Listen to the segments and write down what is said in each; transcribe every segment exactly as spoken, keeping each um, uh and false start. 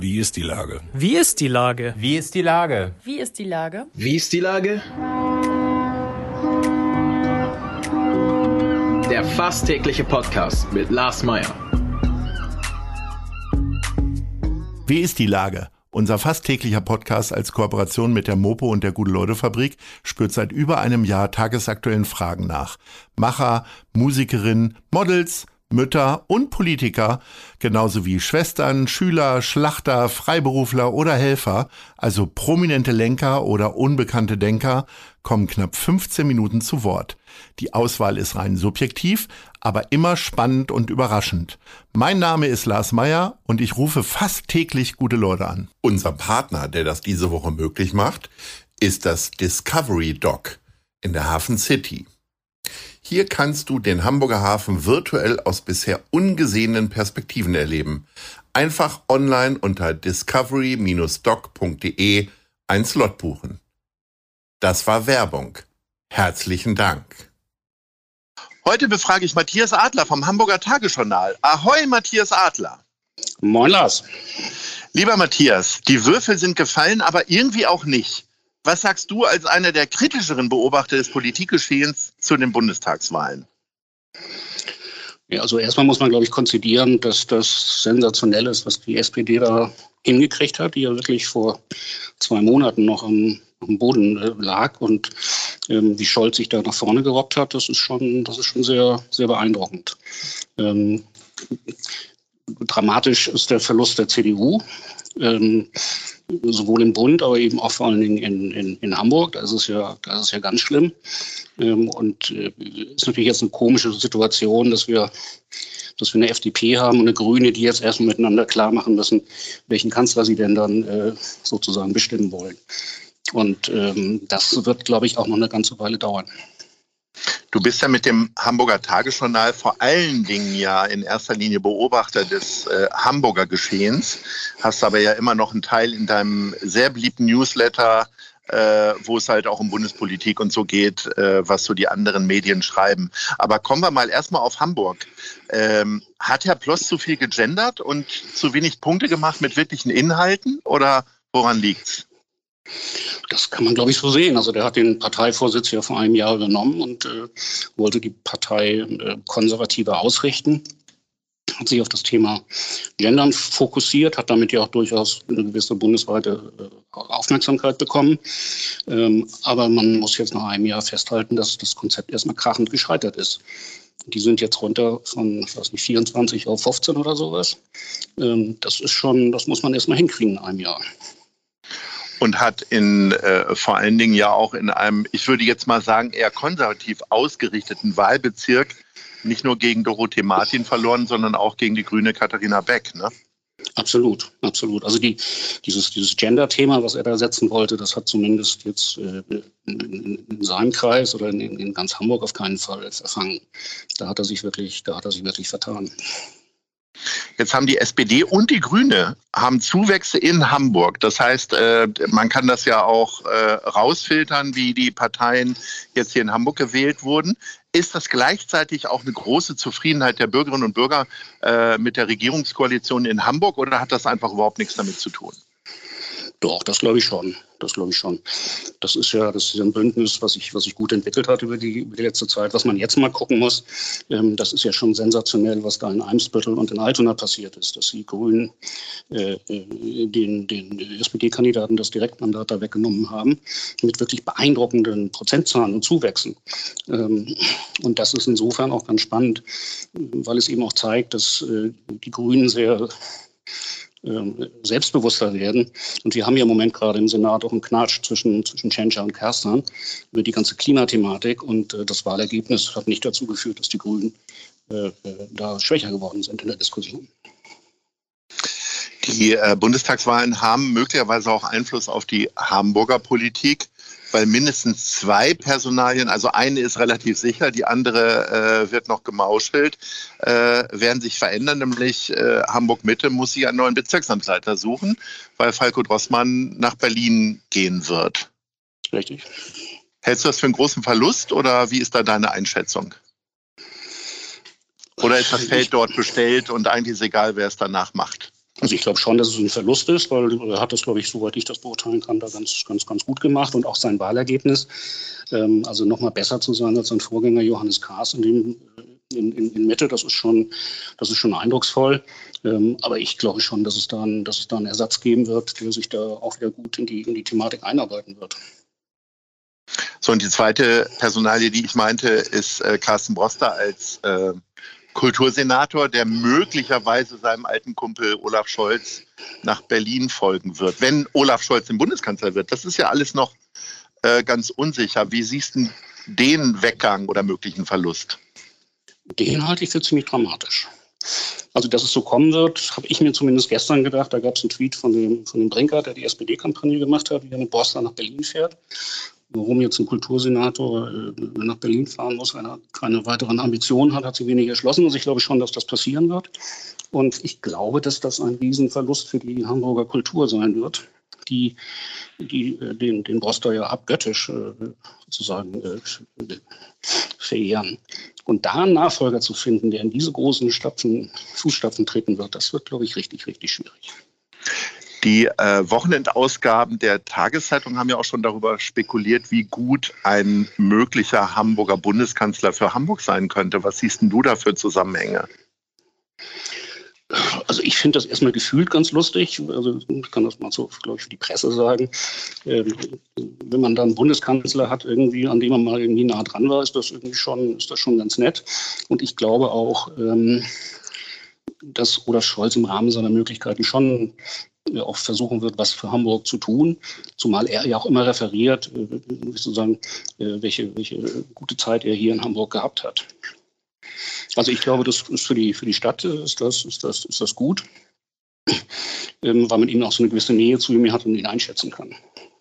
Wie ist die Lage? Wie ist die Lage? Wie ist die Lage? Wie ist die Lage? Wie ist die Lage? Der fast tägliche Podcast mit Lars Meyer. Wie ist die Lage? Unser fast täglicher Podcast als Kooperation mit der Mopo und der Gute-Leute-Fabrik spürt seit über einem Jahr tagesaktuellen Fragen nach. Macher, Musikerinnen, Models, Mütter und Politiker, genauso wie Schwestern, Schüler, Schlachter, Freiberufler oder Helfer, also prominente Lenker oder unbekannte Denker, kommen knapp fünfzehn Minuten zu Wort. Die Auswahl ist rein subjektiv, aber immer spannend und überraschend. Mein Name ist Lars Meyer und ich rufe fast täglich gute Leute an. Unser Partner, der das diese Woche möglich macht, ist das Discovery Dock in der Hafen City. Hier kannst du den Hamburger Hafen virtuell aus bisher ungesehenen Perspektiven erleben. Einfach online unter discovery Bindestrich dock Punkt de ein Slot buchen. Das war Werbung. Herzlichen Dank. Heute befrage ich Matthias Adler vom Hamburger Tagesjournal. Ahoi, Matthias Adler. Moin, Lars. Lieber Matthias, die Würfel sind gefallen, aber irgendwie auch nicht. Was sagst du als einer der kritischeren Beobachter des Politikgeschehens zu den Bundestagswahlen? Ja, also erstmal muss man, glaube ich, konzidieren, dass das sensationell ist, was die S P D da hingekriegt hat, die ja wirklich vor zwei Monaten noch am, am Boden äh, lag und ähm, wie Scholz sich da nach vorne gerockt hat. Das ist schon, das ist schon sehr, sehr beeindruckend. Ähm, dramatisch ist der Verlust der C D U. Ähm, sowohl im Bund, aber eben auch vor allen Dingen in, in, in Hamburg. Das ist ja, das ist ja ganz schlimm. Ähm, und äh, ist natürlich jetzt eine komische Situation, dass wir, dass wir eine F D P haben und eine Grüne, die jetzt erstmal miteinander klar machen müssen, welchen Kanzler sie denn dann äh, sozusagen bestimmen wollen. Und ähm, das wird, glaube ich, auch noch eine ganze Weile dauern. Du bist ja mit dem Hamburger Tagesjournal vor allen Dingen ja in erster Linie Beobachter des äh, Hamburger Geschehens, hast aber ja immer noch einen Teil in deinem sehr beliebten Newsletter, äh, wo es halt auch um Bundespolitik und so geht, äh, was so die anderen Medien schreiben. Aber kommen wir mal erstmal auf Hamburg. Ähm, hat Herr Ploss zu viel gegendert und zu wenig Punkte gemacht mit wirklichen Inhalten oder woran liegt's? Das kann man, glaube ich, so sehen. Also der hat den Parteivorsitz ja vor einem Jahr übernommen und äh, wollte die Partei äh, konservativer ausrichten. Hat sich auf das Thema Gendern fokussiert, hat damit ja auch durchaus eine gewisse bundesweite äh, Aufmerksamkeit bekommen. Ähm, aber man muss jetzt nach einem Jahr festhalten, dass das Konzept erstmal krachend gescheitert ist. Die sind jetzt runter von, ich weiß nicht, vierundzwanzig auf fünfzehn oder sowas. Ähm, das ist schon, das muss man erstmal hinkriegen in einem Jahr. Und hat in äh, vor allen Dingen ja auch in einem, ich würde jetzt mal sagen, eher konservativ ausgerichteten Wahlbezirk nicht nur gegen Dorothee Martin verloren, sondern auch gegen die grüne Katharina Beck, ne? Absolut, absolut. Also die, dieses, dieses Gender-Thema, was er da setzen wollte, das hat zumindest jetzt äh, in, in seinem Kreis oder in, in ganz Hamburg auf keinen Fall verfangen. Da hat er sich wirklich, da hat er sich wirklich vertan. Jetzt haben die S P D und die Grüne haben Zuwächse in Hamburg. Das heißt, man kann das ja auch rausfiltern, wie die Parteien jetzt hier in Hamburg gewählt wurden. Ist das gleichzeitig auch eine große Zufriedenheit der Bürgerinnen und Bürger mit der Regierungskoalition in Hamburg oder hat das einfach überhaupt nichts damit zu tun? Doch, das glaube ich schon. Das glaube ich schon. Das ist ja, das ist ja ein Bündnis, was sich was sich gut entwickelt hat über die, über die letzte Zeit. Was man jetzt mal gucken muss, ähm, das ist ja schon sensationell, was da in Eimsbüttel und in Altona passiert ist, dass die Grünen äh, den, den S P D-Kandidaten das Direktmandat da weggenommen haben, mit wirklich beeindruckenden Prozentzahlen und Zuwächsen. Ähm, und das ist insofern auch ganz spannend, weil es eben auch zeigt, dass äh, die Grünen sehr selbstbewusster werden. Und wir haben ja im Moment gerade im Senat auch einen Knatsch zwischen, zwischen Tschentscher und Kerstan über die ganze Klimathematik. Und äh, das Wahlergebnis hat nicht dazu geführt, dass die Grünen äh, da schwächer geworden sind in der Diskussion. Die äh, Bundestagswahlen haben möglicherweise auch Einfluss auf die Hamburger Politik, weil mindestens zwei Personalien, also eine ist relativ sicher, die andere äh, wird noch gemauschelt, äh, werden sich verändern, nämlich äh, Hamburg-Mitte muss sich einen neuen Bezirksamtsleiter suchen, weil Falko Drossmann nach Berlin gehen wird. Richtig. Hältst du das für einen großen Verlust oder wie ist da deine Einschätzung? Oder ist das Feld dort bestellt und eigentlich ist egal, wer es danach macht? Also ich glaube schon, dass es ein Verlust ist, weil er hat das, glaube ich, soweit ich das beurteilen kann, da ganz, ganz, ganz gut gemacht und auch sein Wahlergebnis, ähm, also nochmal besser zu sein als sein Vorgänger Johannes Kahrs in, dem, in, in, in Mitte, das ist schon, das ist schon eindrucksvoll. Ähm, aber ich glaube schon, dass es, da einen, dass es da einen Ersatz geben wird, der sich da auch wieder gut in die, in die Thematik einarbeiten wird. So, und die zweite Personalie, die ich meinte, ist äh, Carsten Broster als äh, Kultursenator, der möglicherweise seinem alten Kumpel Olaf Scholz nach Berlin folgen wird, wenn Olaf Scholz im Bundeskanzler wird. Das ist ja alles noch äh, ganz unsicher. Wie siehst du den Weggang oder möglichen Verlust? Den halte ich für ziemlich dramatisch. Also, dass es so kommen wird, habe ich mir zumindest gestern gedacht. Da gab es einen Tweet von dem, von dem Brinker, der die S P D-Kampagne gemacht hat, wie er mit Broster nach Berlin fährt. Warum jetzt ein Kultursenator äh, nach Berlin fahren muss, wenn er keine weiteren Ambitionen hat, hat sie wenig erschlossen. Also ich glaube schon, dass das passieren wird. Und ich glaube, dass das ein Riesenverlust für die Hamburger Kultur sein wird, die, die äh, den, den Broster ja abgöttisch äh, sozusagen äh, verehren. Und da einen Nachfolger zu finden, der in diese großen Stapfen, Fußstapfen treten wird, das wird, glaube ich, richtig, richtig schwierig. Die äh, Wochenendausgaben der Tageszeitung haben ja auch schon darüber spekuliert, wie gut ein möglicher Hamburger Bundeskanzler für Hamburg sein könnte. Was siehst denn du da für Zusammenhänge? Also ich finde das erstmal gefühlt ganz lustig. Also ich kann das mal so, glaube ich, für die Presse sagen. Ähm, wenn man dann einen Bundeskanzler hat, irgendwie, an dem man mal irgendwie nah dran war, ist das irgendwie schon, ist das schon ganz nett. Und ich glaube auch, ähm, dass Olaf Scholz im Rahmen seiner Möglichkeiten schon auch versuchen wird, was für Hamburg zu tun, zumal er ja auch immer referiert, sozusagen, welche, welche gute Zeit er hier in Hamburg gehabt hat. Also ich glaube, das ist für die, für die Stadt ist das, ist das, ist das gut, weil man eben auch so eine gewisse Nähe zu ihm hat und ihn einschätzen kann.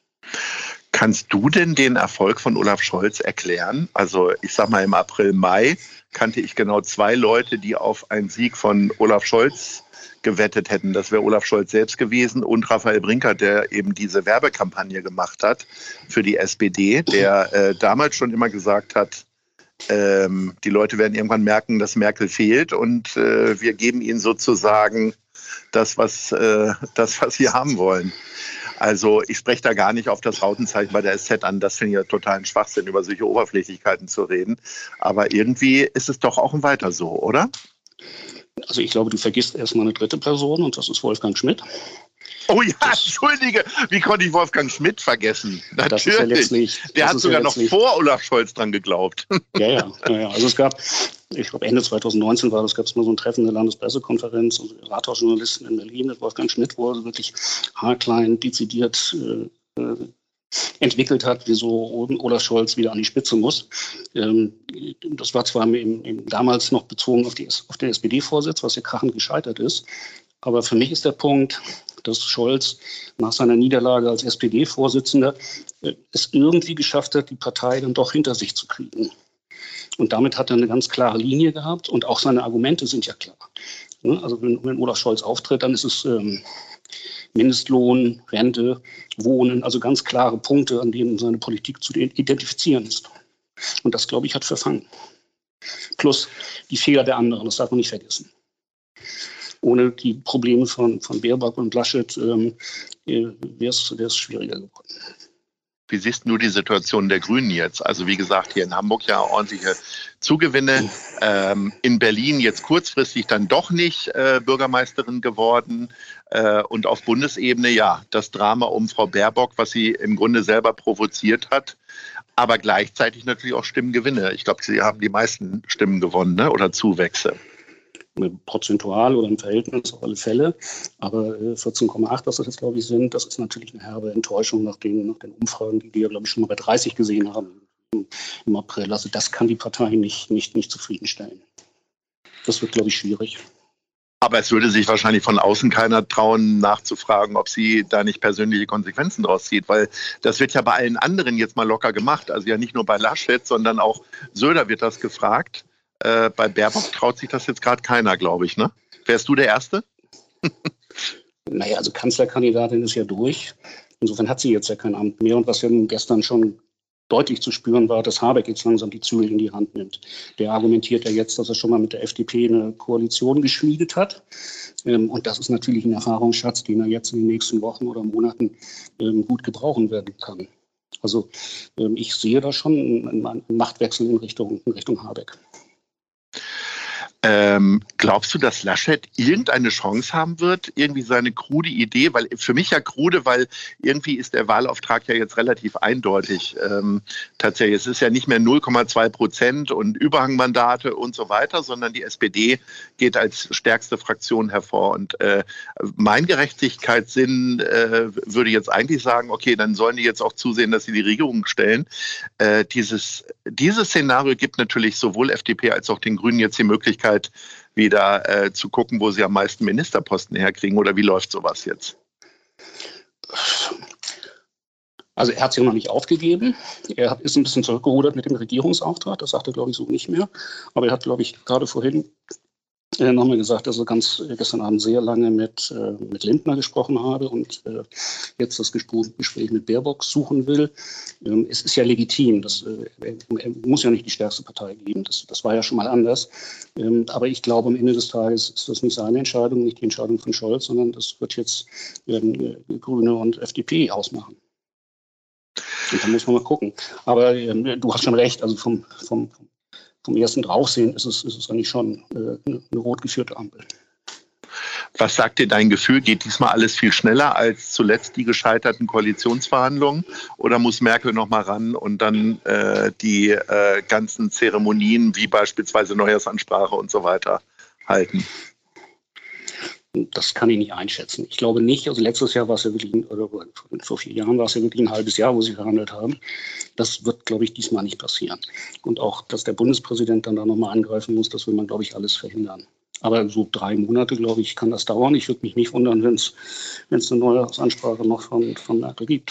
Kannst du denn den Erfolg von Olaf Scholz erklären? Also ich sag mal, im April, Mai kannte ich genau zwei Leute, die auf einen Sieg von Olaf Scholz gewettet hätten. Das wäre Olaf Scholz selbst gewesen und Raphael Brinker, der eben diese Werbekampagne gemacht hat für die S P D, der äh, damals schon immer gesagt hat, ähm, die Leute werden irgendwann merken, dass Merkel fehlt und äh, wir geben ihnen sozusagen das, was, äh, das, was sie haben wollen. Also ich spreche da gar nicht auf das Rautenzeichen bei der S Z an. Das finde ich ja totalen Schwachsinn, über solche Oberflächlichkeiten zu reden. Aber irgendwie ist es doch auch ein Weiter so, oder? Also ich glaube, du vergisst erstmal eine dritte Person und das ist Wolfgang Schmidt. Oh ja, das, Entschuldige, wie konnte ich Wolfgang Schmidt vergessen? Natürlich. Das ist ja letztlich, Der das hat ist sogar ja noch letztlich, vor Olaf Scholz dran geglaubt. Ja, ja, ja, ja. Also es gab, ich glaube Ende zwanzig neunzehn war das, gab es mal so ein Treffen der Landespressekonferenz und Rathausjournalisten in Berlin mit Wolfgang Schmidt, wo er wirklich haarklein, dezidiert äh, entwickelt hat, wieso Olaf Scholz wieder an die Spitze muss. Ähm, das war zwar im, im, damals noch bezogen auf, die, auf den S P D-Vorsitz, was ja krachend gescheitert ist, aber für mich ist der Punkt, dass Scholz nach seiner Niederlage als S P D-Vorsitzender äh, es irgendwie geschafft hat, die Partei dann doch hinter sich zu kriegen. Und damit hat er eine ganz klare Linie gehabt und auch seine Argumente sind ja klar. Ja, also wenn, wenn Olaf Scholz auftritt, dann ist es ähm, Mindestlohn, Rente, Wohnen, also ganz klare Punkte, an denen seine Politik zu identifizieren ist. Und das, glaube ich, hat verfangen. Plus die Fehler der anderen, das darf man nicht vergessen. Ohne die Probleme von, von Baerbock und Laschet ähm, wäre es schwieriger geworden. Wie siehst du die Situation der Grünen jetzt? Also wie gesagt, hier in Hamburg ja ordentliche Zugewinne. Ähm, in Berlin jetzt kurzfristig dann doch nicht äh, Bürgermeisterin geworden. Äh, und auf Bundesebene, ja, das Drama um Frau Baerbock, was sie im Grunde selber provoziert hat. Aber gleichzeitig natürlich auch Stimmengewinne. Ich glaube, sie haben die meisten Stimmen gewonnen, ne? Oder Zuwächse. Prozentual oder im Verhältnis auf alle Fälle. Aber äh, vierzehn Komma acht, was das jetzt, glaube ich, sind, das ist natürlich eine herbe Enttäuschung nach den, nach den Umfragen, die wir, glaube ich, schon mal bei dreißig gesehen haben im, im April. Also das kann die Partei nicht, nicht, nicht zufriedenstellen. Das wird, glaube ich, schwierig. Aber es würde sich wahrscheinlich von außen keiner trauen, nachzufragen, ob sie da nicht persönliche Konsequenzen draus zieht. Weil das wird ja bei allen anderen jetzt mal locker gemacht. Also ja nicht nur bei Laschet, sondern auch Söder wird das gefragt. Äh, bei Baerbock traut sich das jetzt gerade keiner, glaube ich, ne? Wärst du der Erste? Naja, also Kanzlerkandidatin ist ja durch. Insofern hat sie jetzt ja kein Amt mehr. Und was ja gestern schon deutlich zu spüren war, dass Habeck jetzt langsam die Zügel in die Hand nimmt. Der argumentiert ja jetzt, dass er schon mal mit der F D P eine Koalition geschmiedet hat. Ähm, und das ist natürlich ein Erfahrungsschatz, den er jetzt in den nächsten Wochen oder Monaten ähm, gut gebrauchen werden kann. Also ähm, ich sehe da schon einen, einen Machtwechsel in Richtung, in Richtung Habeck. Ähm, glaubst du, dass Laschet irgendeine Chance haben wird? Irgendwie seine krude Idee, weil für mich ja krude, weil irgendwie ist der Wahlauftrag ja jetzt relativ eindeutig. Ähm, tatsächlich, es ist ja nicht mehr null Komma zwei Prozent und Überhangmandate und so weiter, sondern die S P D geht als stärkste Fraktion hervor. Und äh, mein Gerechtigkeitssinn äh, würde jetzt eigentlich sagen, okay, dann sollen die jetzt auch zusehen, dass sie die Regierung stellen. Äh, dieses, dieses Szenario gibt natürlich sowohl F D P als auch den Grünen jetzt die Möglichkeit, wieder äh, zu gucken, wo sie am meisten Ministerposten herkriegen, oder wie läuft sowas jetzt? Also er hat sich noch nicht aufgegeben. Er ist ein bisschen zurückgerudert mit dem Regierungsauftrag. Das sagt er, glaube ich, so nicht mehr. Aber er hat, glaube ich, gerade vorhin äh, nochmal gesagt, dass er ganz äh, gestern Abend sehr lange mit, äh, mit Lindner gesprochen habe und äh, jetzt das Gespräch, Gespräch mit Baerbock suchen will. Ähm, es ist ja legitim. Das, äh, er muss ja nicht die stärkste Partei geben. Das, das war ja schon mal anders. Ähm, aber ich glaube, am Ende des Tages ist das nicht seine Entscheidung, nicht die Entscheidung von Scholz, sondern das wird jetzt ähm, Grüne und F D P ausmachen. Und da muss man mal gucken. Aber ähm, du hast schon recht, also vom, vom, vom ersten Draufsehen ist es, ist es eigentlich schon äh, eine, eine rot geführte Ampel. Was sagt dir dein Gefühl? Geht diesmal alles viel schneller als zuletzt die gescheiterten Koalitionsverhandlungen? Oder muss Merkel noch mal ran und dann äh, die äh, ganzen Zeremonien wie beispielsweise Neujahrsansprache und so weiter halten? Das kann ich nicht einschätzen. Ich glaube nicht, also letztes Jahr war es ja wirklich, oder vor vier Jahren war es ja wirklich ein halbes Jahr, wo sie verhandelt haben. Das wird, glaube ich, diesmal nicht passieren. Und auch, dass der Bundespräsident dann da nochmal angreifen muss, das will man, glaube ich, alles verhindern. Aber so drei Monate, glaube ich, kann das dauern. Ich würde mich nicht wundern, wenn es eine Neujahrsansprache noch von, von Merkel gibt.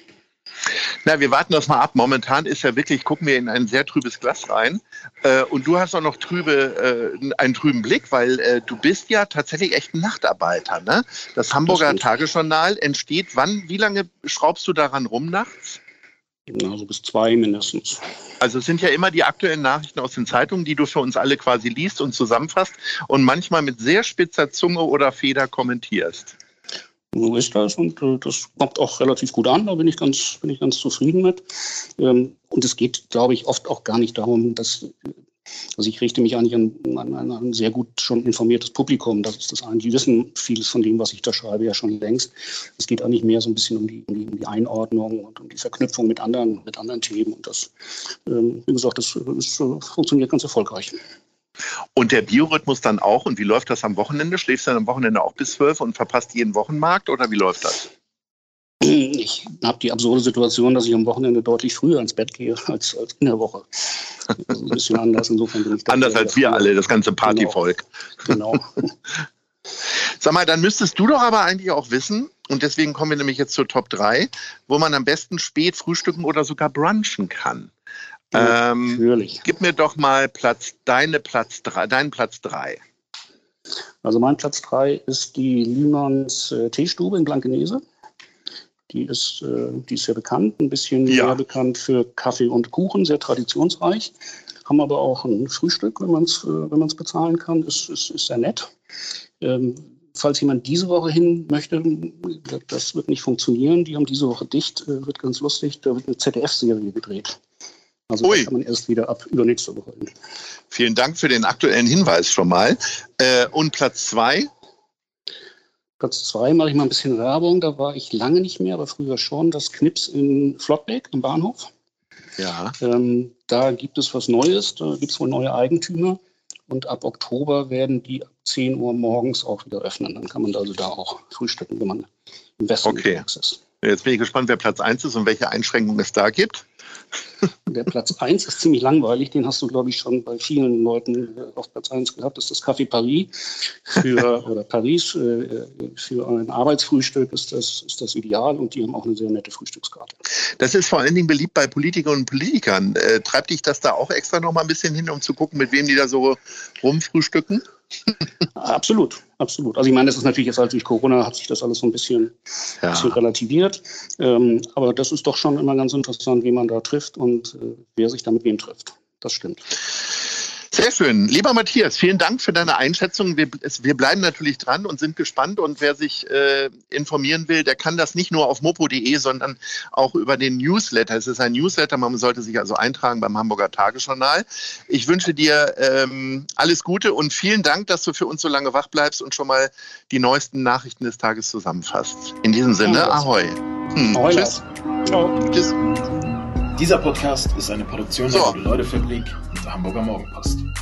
Na, wir warten das mal ab. Momentan ist ja wirklich, gucken wir in ein sehr trübes Glas rein. Äh, und du hast auch noch trübe, äh, einen trüben Blick, weil äh, du bist ja tatsächlich echt ein Nachtarbeiter. Ne? Das Hamburger das Tagesjournal entsteht wann? Wie lange schraubst du daran rum nachts? Also bis zwei mindestens. Also es sind ja immer die aktuellen Nachrichten aus den Zeitungen, die du für uns alle quasi liest und zusammenfasst und manchmal mit sehr spitzer Zunge oder Feder kommentierst. So ist das und äh, das kommt auch relativ gut an, da bin ich ganz, bin ich ganz zufrieden mit. Ähm, und es geht, glaube ich, oft auch gar nicht darum, dass, also ich richte mich eigentlich an, an, an ein sehr gut schon informiertes Publikum, das ist das eine, die wissen vieles von dem, was ich da schreibe, ja schon längst. Es geht eigentlich mehr so ein bisschen um die, um die, um die Einordnung und um die Verknüpfung mit anderen, mit anderen Themen und das, ähm, wie gesagt, das, das funktioniert ganz erfolgreich. Und der Biorhythmus dann auch? Und wie läuft das am Wochenende? Schläfst du dann am Wochenende auch bis zwölf und verpasst jeden Wochenmarkt? Oder wie läuft das? Ich habe die absurde Situation, dass ich am Wochenende deutlich früher ins Bett gehe als, als in der Woche. Das ist ein bisschen anders. Insofern bin ich anders als wir alle, das ganze Partyvolk. Genau. genau. Sag mal, dann müsstest du doch aber eigentlich auch wissen, und deswegen kommen wir nämlich jetzt zur Top drei, wo man am besten spät frühstücken oder sogar brunchen kann. Ja, ähm, natürlich. Gib mir doch mal Platz, deine Platz drei, deinen Platz drei. Also mein Platz drei ist die Lühmanns äh, Teestube in Blankenese. Die ist, äh, die ist sehr bekannt, ein bisschen ja. mehr bekannt für Kaffee und Kuchen, sehr traditionsreich. Haben aber auch ein Frühstück, wenn man es äh, wenn man es bezahlen kann, ist, ist, ist sehr nett. Ähm, falls jemand diese Woche hin möchte, das wird nicht funktionieren. Die haben diese Woche dicht, äh, wird ganz lustig. Da wird eine Z D F-Serie gedreht. Also Ui. das kann man erst wieder ab übernächste Woche hin. Vielen Dank für den aktuellen Hinweis schon mal. Äh, und Platz zwei? Platz zwei mache ich mal ein bisschen Werbung. Da war ich lange nicht mehr, aber früher schon. Das Knips in Flottbeck im Bahnhof. Ja. Ähm, da gibt es was Neues. Da gibt es wohl neue Eigentümer. Und ab Oktober werden die ab zehn Uhr morgens auch wieder öffnen. Dann kann man also da auch frühstücken, wenn man im Westen okay. unterwegs ist. Jetzt bin ich gespannt, wer Platz eins ist und welche Einschränkungen es da gibt. Der Platz eins ist ziemlich langweilig. Den hast du, glaube ich, schon bei vielen Leuten auf Platz eins gehabt. Das ist das Café Paris für, oder Paris. Für ein Arbeitsfrühstück ist das, ist das ideal und die haben auch eine sehr nette Frühstückskarte. Das ist vor allen Dingen beliebt bei Politikerinnen und Politikern. Äh, treibt dich das da auch extra noch mal ein bisschen hin, um zu gucken, mit wem die da so rumfrühstücken? Absolut, absolut. Also ich meine, das ist natürlich jetzt halt durch Corona hat sich das alles so ein bisschen, Ja. bisschen relativiert. Ähm, aber das ist doch schon immer ganz interessant, wie man da trifft und äh, wer sich da mit wem trifft. Das stimmt. Sehr schön. Lieber Matthias, vielen Dank für deine Einschätzung. Wir, es, wir bleiben natürlich dran und sind gespannt. Und wer sich äh, informieren will, der kann das nicht nur auf mopo punkt de, sondern auch über den Newsletter. Es ist ein Newsletter, man sollte sich also eintragen beim Hamburger Tagesjournal. Ich wünsche dir ähm, alles Gute und vielen Dank, dass du für uns so lange wach bleibst und schon mal die neuesten Nachrichten des Tages zusammenfasst. In diesem Sinne, Ja, ahoi. Hm, Ahoi, tschüss. Ciao. Tschüss. Dieser Podcast ist eine Produktion So. der Gute-Leute-Fabrik und der Hamburger Morgenpost.